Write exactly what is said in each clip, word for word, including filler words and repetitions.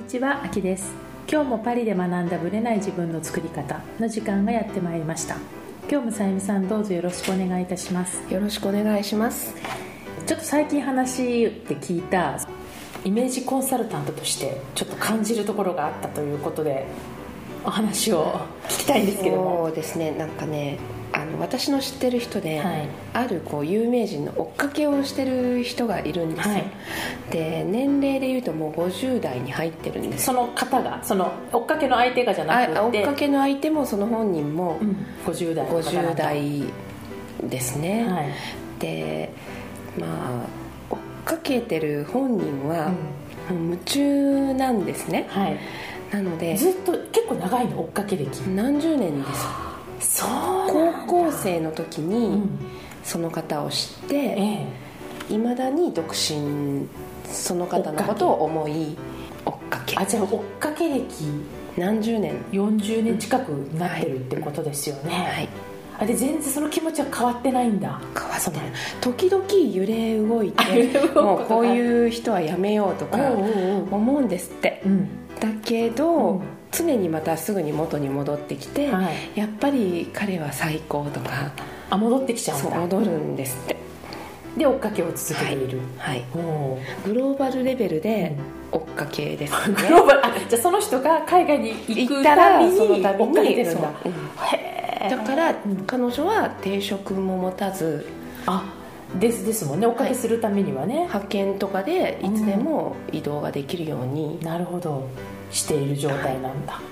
ちは、あきです。今日もパリで学んだブレない自分の作り方の時間がやってまいりました。今日もさゆみさん、どうぞよろしくお願いいたします。 よろしくお願いします。 ちょっと最近話で聞いたイメージコンサルタントとしてちょっと感じるところがあったということでお話を聞きたいんですけども。 そうですね、なんかね、あの私の知ってる人で、はい、あるこう有名人の追っかけをしてる人がいるんですよ、はい、で年齢でいうともうごじゅう代に入ってるんです。 その方が、その追っかけの相手がじゃなくて、 追っかけの相手もその本人も、 うん、ごじゅう代ごじゅう代ですね、はい、でまあ追っかけてる本人は、うん、夢中なんですね、はい、なのでずっと結構長いの追っかけ歴何十年です。 そう高校生の時にその方を知って、いま、うん、だに独身、その方のことを思い追っかけ。 あ、じゃあ追っかけ歴何十年、 よんじゅうねん近くなってるってことですよね、はい、あれ全然その気持ちは変わってないんだ。 変わってない。時々揺れ動いてもうこういう人はやめようとか思うんですって、うん、だけど、うん、常にまたすぐに元に戻ってきて、はい、やっぱり彼は最高とか、 あ、戻ってきちゃうんだ。 そう戻るんですって。 で追っかけを続けている、 はい、はい、グローバルレベルで追っかけですね、 グローバル、あ、じゃあその人が海外に行くたびに追っかけてるんだ。 へー。だから、うん、彼女は定職も持たず、 あ、ですですもんね、追っかけするためにはね、はい、 派遣とかでいつでも移動ができるように、 うん、なるほどしている状態なんだ、はい、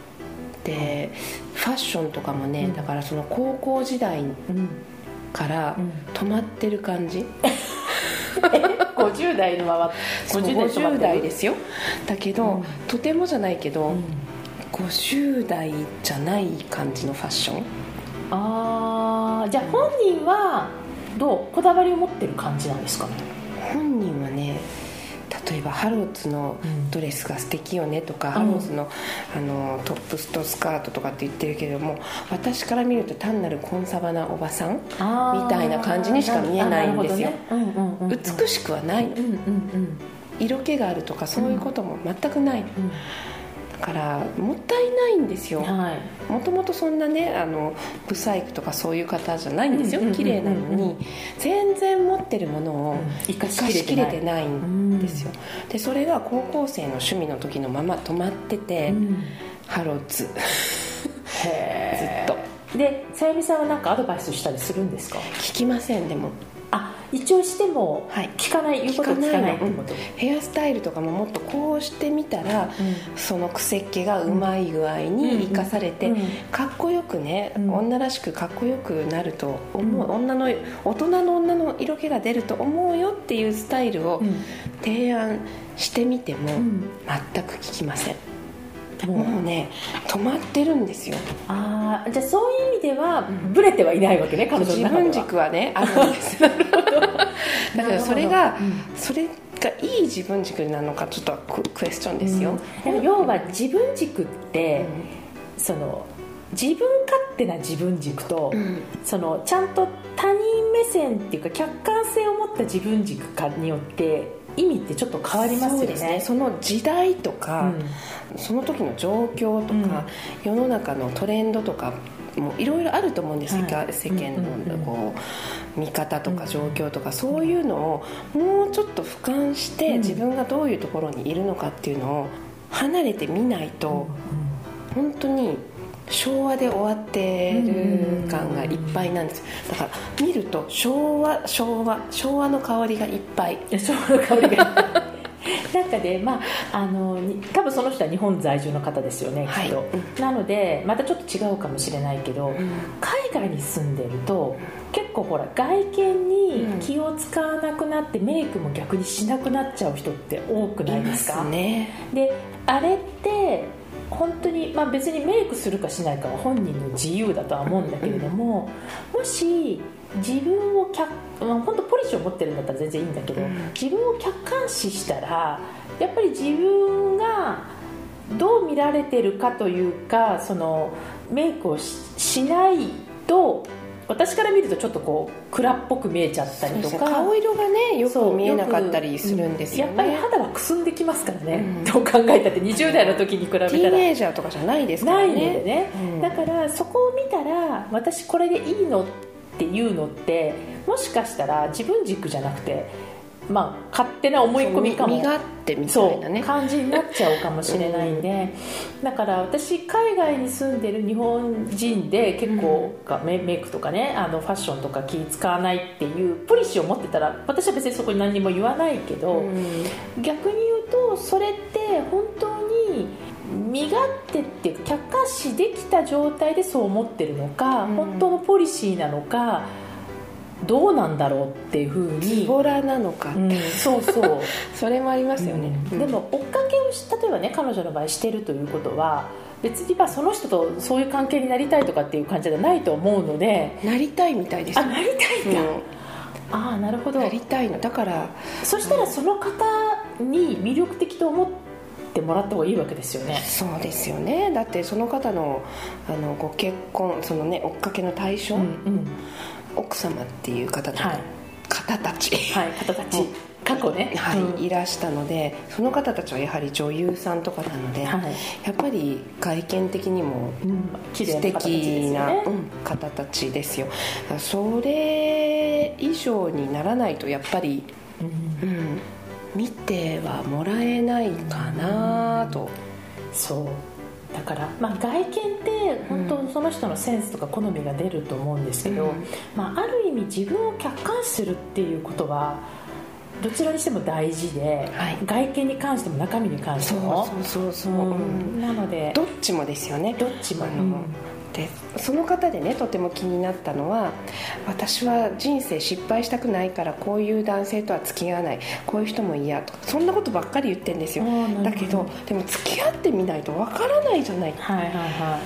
でファッションとかもね、うん、だからその高校時代から止まってる感じ、うん、 ごじゅう代のままごじゅう代ですよ。だけど、うん、とてもじゃないけど、うん、ごじゅう代じゃない感じのファッション。 あー、じゃあ本人はどうこだわりを持ってる感じなんですかね。 本人はね、例えばハローズのドレスが素敵よねとか、うん、ハローズ の, あのトップスとスカートとかって言ってるけれども、私から見ると単なるコンサバなおばさんみたいな感じにしか見えないんですよ、美しくはないの、うんうんうん、色気があるとかそういうことも全くないの、うんうん、だからもったいないんですよ、はい、もともとそんなね、あのブサイクとかそういう方じゃないんですよ、綺麗なのに全然持ってるものを生かしきれてないんですよ、うん、でそれが高校生の趣味の時のまま止まってて、うん、ハローズへずっと。 でさゆみさんは何かアドバイスしたりするんですか。 聞きません。でもあ、一応しても聞かない、はい、言うことを聞かないってこと、うん、 ヘアスタイルとかももっとこうしてみたら、うん、その癖っ気がうまい具合に生かされて、うんうん、かっこよくね、うん、女らしくかっこよくなると思う、うん、女の大人の女の色気が出ると思うよっていうスタイルを提案してみても、うん、全く聞きません。もうね、止まってるんですよ。 ああ、じゃあそういう意味ではブレてはいないわけね、彼女の中では。 自分軸はね、あるんですなるほど。だからそれが、うん、それがいい自分軸なのかちょっとクエスチョンですよ、 うん、要は自分軸って、うん、その自分勝手な自分軸と、うん、そのちゃんと他人目線っていうか客観性を持った自分軸かによって意味ってちょっと変わりますよね。そうですね。 その時代とか、うん、その時の状況とか、うん、世の中のトレンドとかもいろいろあると思うんです、はい、世間のこう見方とか状況とか、そういうのをもうちょっと俯瞰して、うん、自分がどういうところにいるのかっていうのを離れてみないと、うん、本当に昭和で終わってる感がいっぱいなんですよ。だから見ると昭和昭和昭和の香りがいっぱい。 昭和の香りがいっぱいなんかで、まあ、あの多分その人は日本在住の方ですよね、きっと、はい、なのでまたちょっと違うかもしれないけど、うん、海外に住んでると結構ほら外見に気を使わなくなって、うん、メイクも逆にしなくなっちゃう人って多くないですか。 いますね。 であれって本当に、まあ、別にメイクするかしないかは本人の自由だとは思うんだけれども、うん、もし自分を客、まあ、本当ポリシーを持ってるんだったら全然いいんだけど、うん、自分を客観視したらやっぱり自分がどう見られてるかというか、そのメイクを し, しないと私から見るとちょっとこう暗っぽく見えちゃったりとか、 顔色がねよく見えなかったりするんですよね。 やっぱり肌はくすんできますからね、うん、どう考えたってにじゅう代の時に比べたらティーンエイジャーとかじゃないですからね。 ないのでね、うん、だからそこを見たら私これでいいのっていうのってもしかしたら自分軸じゃなくて、まあ、勝手な思い込みかも、 身勝手みたいなね感じになっちゃうかもしれないんで、うん、だから私海外に住んでる日本人で結構、うん、メ, メイクとかねあのファッションとか気使わないっていうポリシーを持ってたら私は別にそこに何にも言わないけど、うん、逆に言うとそれって本当に身勝手っていうか客観視できた状態でそう思ってるのか、うん、本当のポリシーなのかどうなんだろうっていうふうにズボラなのかって、うん、 そうそうそれもありますよね、 うん、でも追っかけをし例えばね彼女の場合してるということは別にまあその人とそういう関係になりたいとかっていう感じじゃないと思うのでなりたいみたいです、 ね、あなりたいんだ、うん、ああなるほどなりたいのだからそしたらその方に魅力的と思ってもらった方がいいわけですよね。 そうですよね。だってその方の、あのご結婚そのね追っかけの対象、うんうん、奥様っていう方たち、はい、方たち、 はい、方たち過去ね、 はい、 うん、 いらしたのでその方たちはやはり女優さんとかなので、はい、やっぱり外見的にも素敵な方たちですよ。それ以上にならないとやっぱり、うんうん、見てはもらえないかなと。 そうだから、まあ、外見って本当その人のセンスとか好みが出ると思うんですけど、うんまあ、ある意味自分を客観視するっていうことはどちらにしても大事で、はい、外見に関しても中身に関してもそうそうそうそう、うん、 なのでどっちもですよね。 どっちも、 あの、うんでその方でねとても気になったのは私は人生失敗したくないからこういう男性とは付き合わないこういう人も嫌とかそんなことばっかり言ってるんですよ。だけどでも付き合ってみないとわからないじゃない、 はいはいはい、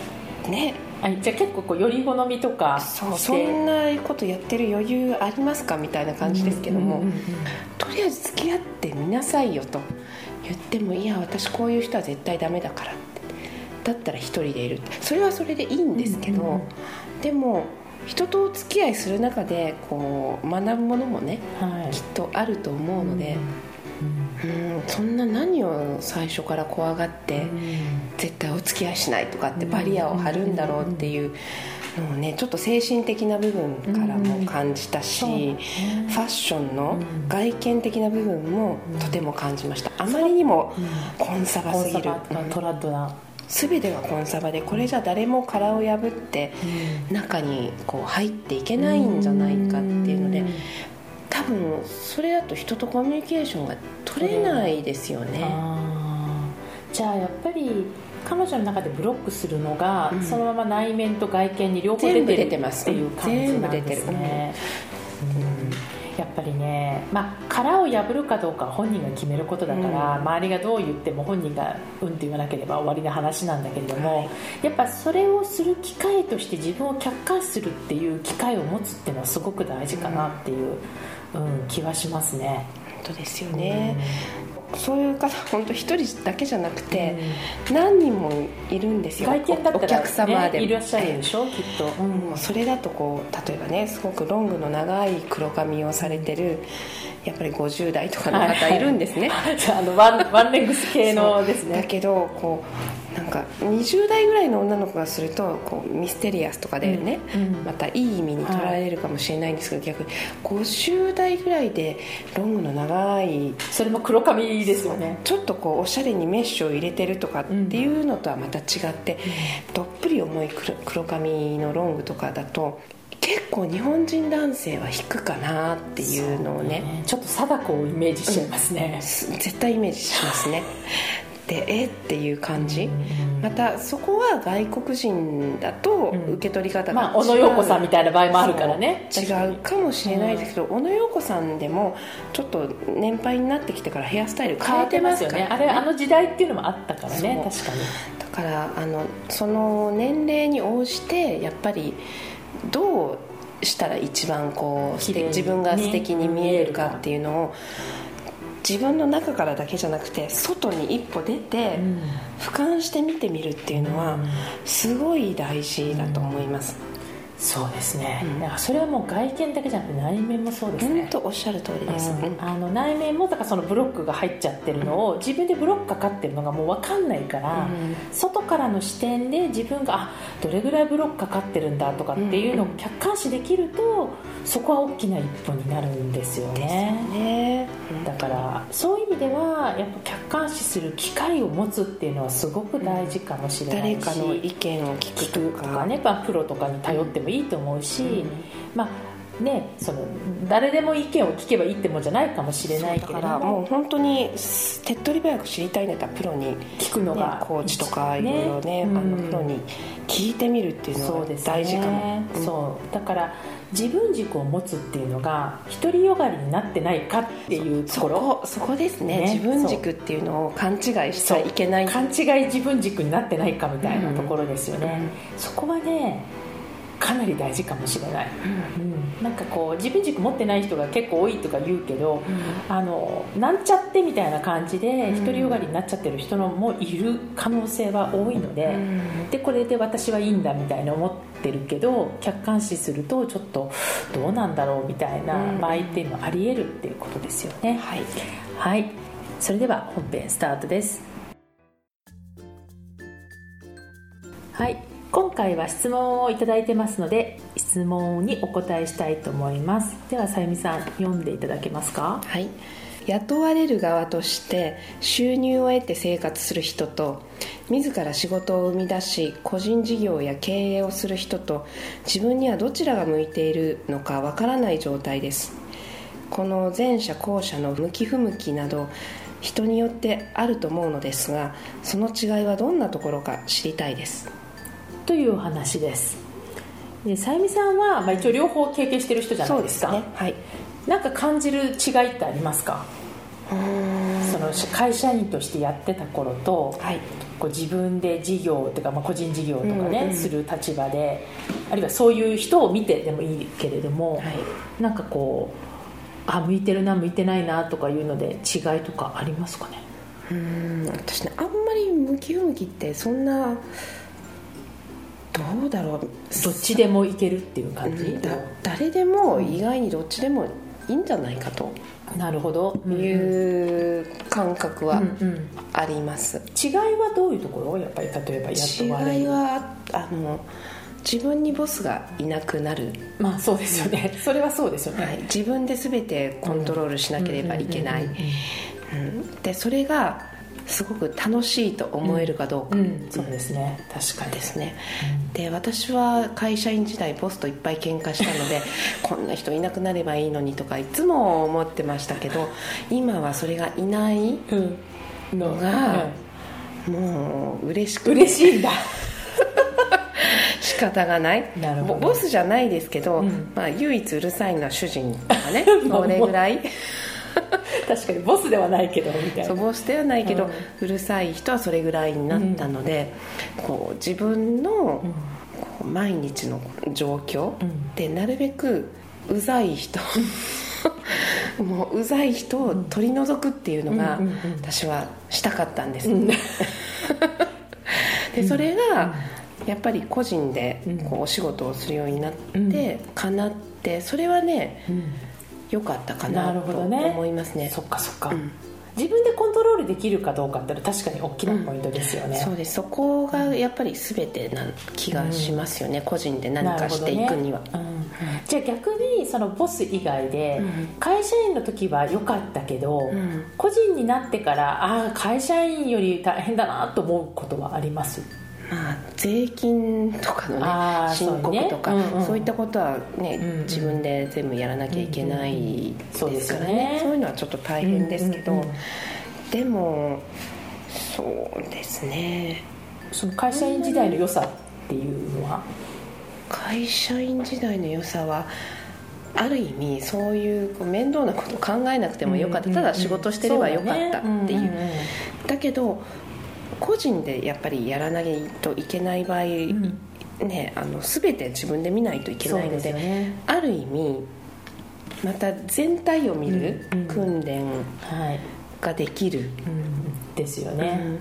ね、 あじゃあ結構こうより好みとかそうそんなことやってる余裕ありますかみたいな感じですけども、うんうんうんうん、とりあえず付き合ってみなさいよと言ってもいや私こういう人は絶対ダメだからだったら一人でいるそれはそれでいいんですけど、うんうんうん、でも人とお付き合いする中でこう学ぶものもね、はい、きっとあると思うので、うんうん、そんな何を最初から怖がって、うん、絶対お付き合いしないとかってバリアを張るんだろうっていうのをねちょっと精神的な部分からも感じたし、うんうん、ファッションの外見的な部分もとても感じました。あまりにもコンサバすぎる、 コンサバトラッドな全てがコンサバでこれじゃ誰も殻を破って中にこう入っていけないんじゃないかっていうので多分それだと人とコミュニケーションが取れないですよね。 あじゃあやっぱり彼女の中でブロックするのが、うん、そのまま内面と外見に両方出てるっていう感じなんですね。やっぱりね、まあ、殻を破るかどうかは本人が決めることだから、うん、周りがどう言っても本人がうんって言わなければ終わりな話なんだけれども、はい、やっぱそれをする機会として自分を客観視するっていう機会を持つっていうのはすごく大事かなっていう、うんうん、気はしますね。 本当ですよね、うん、そういう方本当一人だけじゃなくて、うん、何人もいるんですよ。 外見だったら、ね、 お客様でいらっしゃるでしょ、きっと、 うん、それだとこう例えばねすごくロングの長い黒髪をされてるやっぱりごじゅう代とかの方いるんですね、 はいはい、あのワン、ワンレッグス系のですね。 だけどこうなんかにじゅう代ぐらいの女の子がするとこうミステリアスとかでね、うんうん、またいい意味に捉えられるかもしれないんですけど、はい、逆にごじゅう代ぐらいでロングの長いそれも黒髪ですよね。 ちょっとこうおしゃれにメッシュを入れてるとかっていうのとはまた違って、うん、どっぷり重い 黒, 黒髪のロングとかだと結構日本人男性は引くかなっていうのを ね, ねちょっと貞子をイメージしちゃいますね、 うん、絶対イメージしますねでえっていう感じ、またそこは外国人だと受け取り方が違う、うんまあ、 小野洋子さんみたいな場合もあるからね。 違うかもしれないですけど、うん、小野洋子さんでもちょっと年配になってきてからヘアスタイル変えてますからね。 あれあの時代っていうのもあったからね。確かにだからあのその年齢に応じてやっぱりどうしたら一番こう自分が素敵に見えるかっていうのを自分の中からだけじゃなくて外に一歩出て俯瞰して見てみるっていうのはすごい大事だと思います、 うん、 そうですね、うん、だからそれはもう外見だけじゃなくて内面もそうですね。 本当おっしゃる通りです、 うん、あの内面もだからそのブロックが入っちゃってるのを自分でブロックかかってるのがもう分かんないから、うん、外からの視点で自分があどれぐらいブロックかかってるんだとかっていうのを客観視できると、そこは大きな一歩になるんですよ ね, ですね、うん、だからそういう意味ではやっぱ客観視する機会を持つっていうのはすごく大事かもしれないし、 誰かの意見を聞くとか、 とかね、まあ、プロとかに頼ってもいいと思うし、うん、まあね、その誰でも意見を聞けばいいってもんじゃないかもしれないけれども、 だからもう本当に手っ取り早く知りたいネタプロに聞くのが、 ね、コーチとかいろいろね、 うん、 あのプロに聞いてみるっていうのが大事かも。 そうですね、うん、そうだから自分軸を持つっていうのが独りよがりになってないかっていうところ、 そ, そ, こそこです ね, ね自分軸っていうのを勘違いしちゃいけない、 勘違い自分軸になってないかみたいなところですよね、うん、そこはねかなり大事かもしれない、うんうん、なんかこう自分軸持ってない人が結構多いとか言うけど、うん、あのなんちゃってみたいな感じで独りよがりになっちゃってる人のもいる可能性は多いので、うん、でこれで私はいいんだみたいな思ってるけど客観視するとちょっとどうなんだろうみたいな場合っていうのはあり得るっていうことですよね、はい、はい、それでは本編スタートです。はい、今回は質問をいただいてますので質問にお答えしたいと思います。ではさゆみさん読んでいただけますか。 はい、雇われる側として収入を得て生活する人と自ら仕事を生み出し個人事業や経営をする人と自分にはどちらが向いているのかわからない状態です。この前者後者の向き不向きなど人によってあると思うのですが、その違いはどんなところか知りたいですというお話です。でさゆみさんは、まあ、一応両方経験してる人じゃないですか。 そうですね、はい、 なんか感じる違いってありますか。うーん、その会社員としてやってた頃と、はい、こう自分で事業というか、まあ、個人事業とかね、うんうん、する立場であるいはそういう人を見てでもいいけれども、はい、なんかこうあ向いてるな向いてないなとかいうので違いとかありますかね。 うーん、私ねあんまり向き不向きってそんなどうだろう、 どっちでもいけるっていう感じ、 うん、だ誰でも意外にどっちでもいいんじゃないかと、 なるほどいう感覚はあります、うんうん、 違いはどういうところ、やっぱり例えば雇われる違いはあの自分にボスがいなくなる。 まあそうですよね、それはそうですよね、 はい、自分で全てコントロールしなければいけない。でそれがすごく楽しいと思えるかどうか、 うんうん、そうですね、確かにですね、うん、で私は会社員時代ボスといっぱい喧嘩したのでこんな人いなくなればいいのにとかいつも思ってましたけど、今はそれがいないのが、うん、もう嬉しくて嬉しいんだ仕方がない。 なるほど、 ボスじゃないですけど、うん、まあ、唯一うるさいのは主人とかねそれぐらい確かにボスではないけどみたいな。 そうボスではないけど、うん、うるさい人はそれぐらいになったので、うん、こう自分のこう毎日の状況でなるべくうざい人もううざい人を取り除くっていうのが私はしたかったんです、うん、でそれがやっぱり個人でこうお仕事をするようになってかなって、それはね、うん、良かったかなと思いますね。 そっかそっか、うん、自分でコントロールできるかどうかって確かに大きなポイントですよね、 うん、そうです。そこがやっぱり全てな気がしますよね、うん、個人で何かしていくには、ね、うん、 じゃあ逆にそのボス以外で、うん、会社員の時は良かったけど、うん、個人になってからああ会社員より大変だなと思うことはあります？ まあ、税金とかの、ね、申告とか そう,、ねうんうん、そういったことは、ね、うんうん、自分で全部やらなきゃいけないですからね、そういうのはちょっと大変ですけど、うんうんうん、でもそうですね、 その会社員時代の良さっていうのは、 会社員時代の良さはある意味そういうこう面倒なことを考えなくてもよかった、うんうんうん、ただ仕事してればよかったっていう、うんうんうん、だけど個人でやっぱりやらないといけない場合、うんね、あの全て自分で見ないといけないの で, で、ね、ある意味また全体を見る訓練ができる、 うんうんうん、ですよね、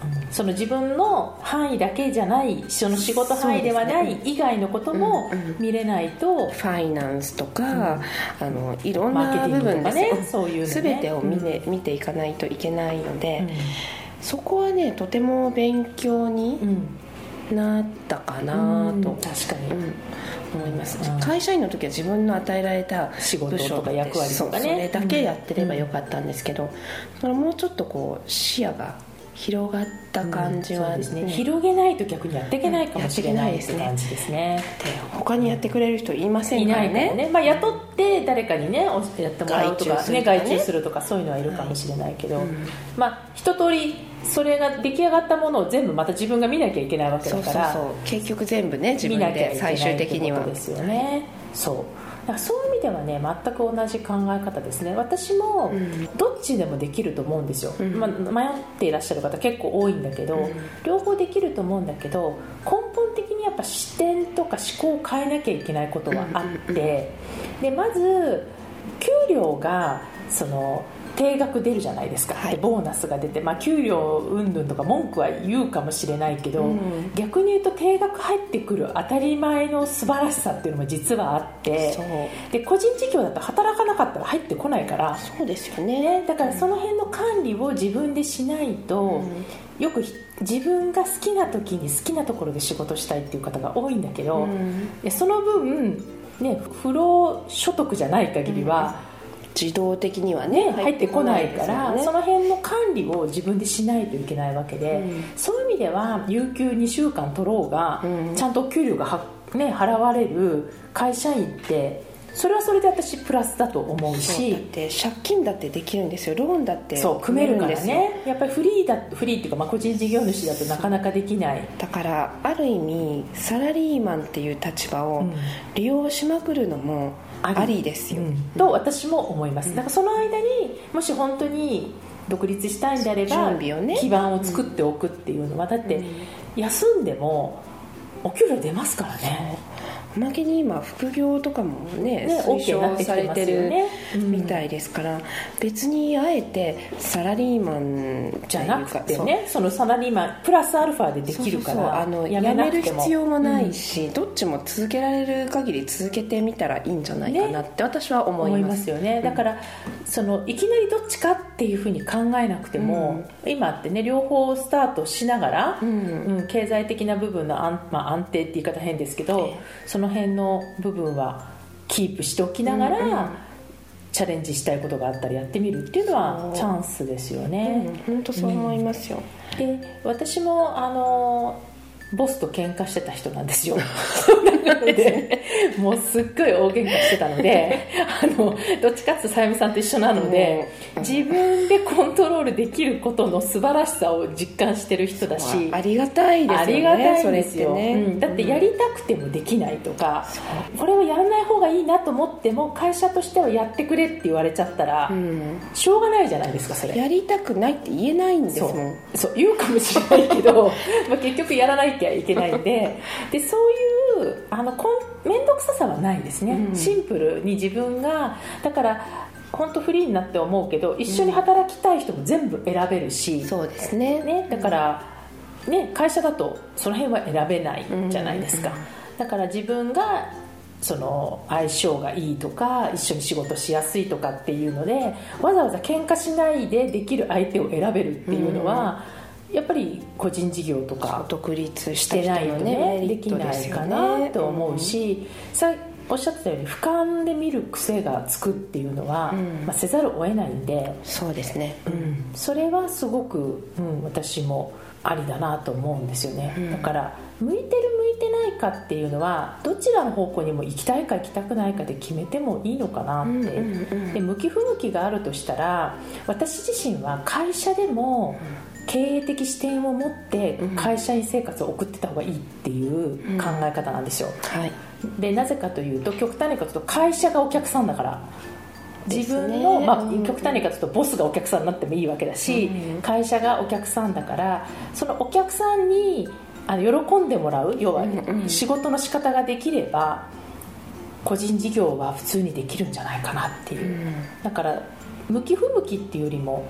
その自分の範囲だけじゃない、その仕事範囲ではない以外のことも見れないと、 ファイナンスとか、うん、あのいろんな部分ですね、 そういうのね、 全てを見て、うん、見ていかないといけないので、うん、そこはねとても勉強になったかなと、うん、 確かに、うん思います、うん、会社員の時は自分の与えられた仕事とか役割とかね、 それだけやってればよかったんですけど、うん、もうちょっとこう視野が広がった感じは、 うん、そうですね、広げないと逆にやっていけないかもしれないって感じですね。 で他にやってくれる人いませんからね、 いないからね、まあ、雇って誰かにねやってもらうとか、ね、外注するとかそういうのはいるかもしれないけど、はい、うん、まあ一通りそれが出来上がったものを全部また自分が見なきゃいけないわけだから、 そうそうそう、結局全部ね自分で最終的には見なきゃいけないってことですよね。そうだからそういう意味ではね全く同じ考え方ですね。私もどっちでもできると思うんですよ、うん、まあ、迷っていらっしゃる方結構多いんだけど、うん、両方できると思うんだけど、根本的にやっぱ視点とか思考を変えなきゃいけないことはあって、うんうんうん、でまず給料がその定額出るじゃないですか、はい、でボーナスが出て、まあ、給料云々とか文句は言うかもしれないけど、うん、逆に言うと定額入ってくる当たり前の素晴らしさっていうのも実はあって、で個人事業だと働かなかったら入ってこないから、 そうですよね、 だからその辺の管理を自分でしないと、うん、よく自分が好きな時に好きなところで仕事したいっていう方が多いんだけど、うん、でその分、ね、不労所得じゃない限りは、うん、 自動的にはね入ってこないから、ね、その辺の管理を自分でしないといけないわけで、うん、そういう意味では有給にしゅうかん取ろうが、うん、ちゃんと給料がは、ね、払われる会社員ってそれはそれで私プラスだと思うし、 だって借金だってできるんですよ、ローンだってそう組めるからね。やっぱりフリーだフリーっていうか、まあ、個人事業主だとなかなかできない。 だからある意味サラリーマンっていう立場を利用しまくるのもありですよ、うん、 と私も思います。だからその間にもし本当に独立したいんであれば、準備をね、基盤を作っておくっていうのは、だって休んでもお給料出ますからね。 おまけに今副業とかもね、ね推奨されてるみたいですから、うん、別にあえてサラリーマンじゃなくてね、そのサラリーマンプラスアルファでできるから、そうそうそう、あのやめる必要もないし、うん、どっちも続けられる限り続けてみたらいいんじゃないかなって私は思います、ね、思いますよね。だから、うん、そのいきなりどっちかっていうふうに考えなくても、うん、今ってね両方スタートしながら、うんうん、経済的な部分の安、まあ、安定って言い方変ですけど、そのその辺の部分はキープしておきながら、うんうん、チャレンジしたいことがあったらやってみるっていうのはチャンスですよね。 本当、うん、そう思いますよ、 うん、で私もあのボスと喧嘩してた人なんですよなのでもうすっごい大喧嘩してたのであのどっちかっていうとさゆみさんと一緒なので、自分でコントロールできることの素晴らしさを実感してる人だし、 ありがたいですよね。 ありがたいんですよ、それってね、うん、だってやりたくてもできないとか、うん、これをやらない方がいいなと思っても会社としてはやってくれって言われちゃったら、うん、しょうがないじゃないですか。それやりたくないって言えないんですもん。 そう、そう言うかもしれないけどまあ結局やらないきゃいけないんででそういうあのこん面倒くささはないですね、うん、シンプルに自分がだから本当フリーになって思うけど、一緒に働きたい人も全部選べるし、 うん、そうですね、 ね、だから、ね、会社だとその辺は選べないじゃないですか、うんうんうん、だから自分がその相性がいいとか一緒に仕事しやすいとかっていうのでわざわざ喧嘩しないでできる相手を選べるっていうのは、うん、やっぱり個人事業とか独立してないとねできないかなと思うし、うん、さおっしゃってたように俯瞰で見る癖がつくっていうのは、うんまあ、せざるを得ないんで、 そうですね、 うん、それはすごく、うん、私もありだなと思うんですよね、うん、だから向いてる向いてないかっていうのはどちらの方向にも行きたいか行きたくないかで決めてもいいのかなって、うんうんうん、で向き不向きがあるとしたら私自身は会社でも経営的視点を持って会社員生活を送ってた方がいいっていう考え方なんですよ、うんはい、でなぜかというと極端に言うと会社がお客さんだから自分の、まあ、極端に言うとボスがお客さんになってもいいわけだし、うん、会社がお客さんだからそのお客さんにあの喜んでもらう要は仕事の仕方ができれば個人事業は普通にできるんじゃないかなっていう、うん、だから向き不向きっていうよりも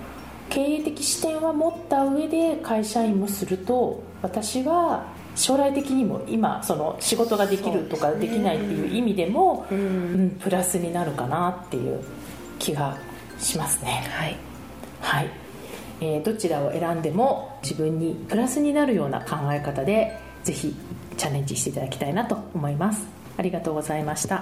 経営的視点は持った上で会社員もすると、私は将来的にも今その仕事ができるとかできないっていう意味でも、うんうん、プラスになるかなっていう気がしますね。はい、はいえー、どちらを選んでも自分にプラスになるような考え方でぜひチャレンジしていただきたいなと思います。ありがとうございました。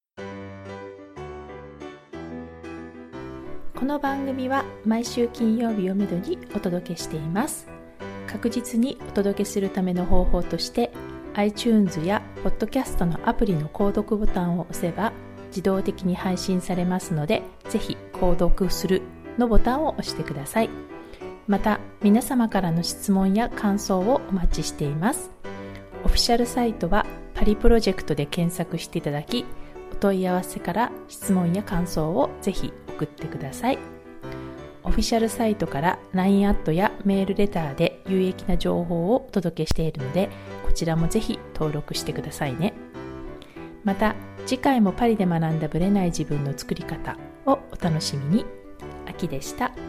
この番組は毎週金曜日をめどにお届けしています。確実にお届けするための方法として iTunes や Podcast のアプリの購読ボタンを押せば自動的に配信されますので、ぜひ購読するのボタンを押してください。また皆様からの質問や感想をお待ちしています。オフィシャルサイトはパリプロジェクトで検索していただき、お問い合わせから質問や感想をぜひ送ってください。オフィシャルサイトから ライン アットやメールレターで有益な情報をお届けしているので、こちらもぜひ登録してくださいね。また次回もパリで学んだブレない自分の作り方をお楽しみに。あきでした。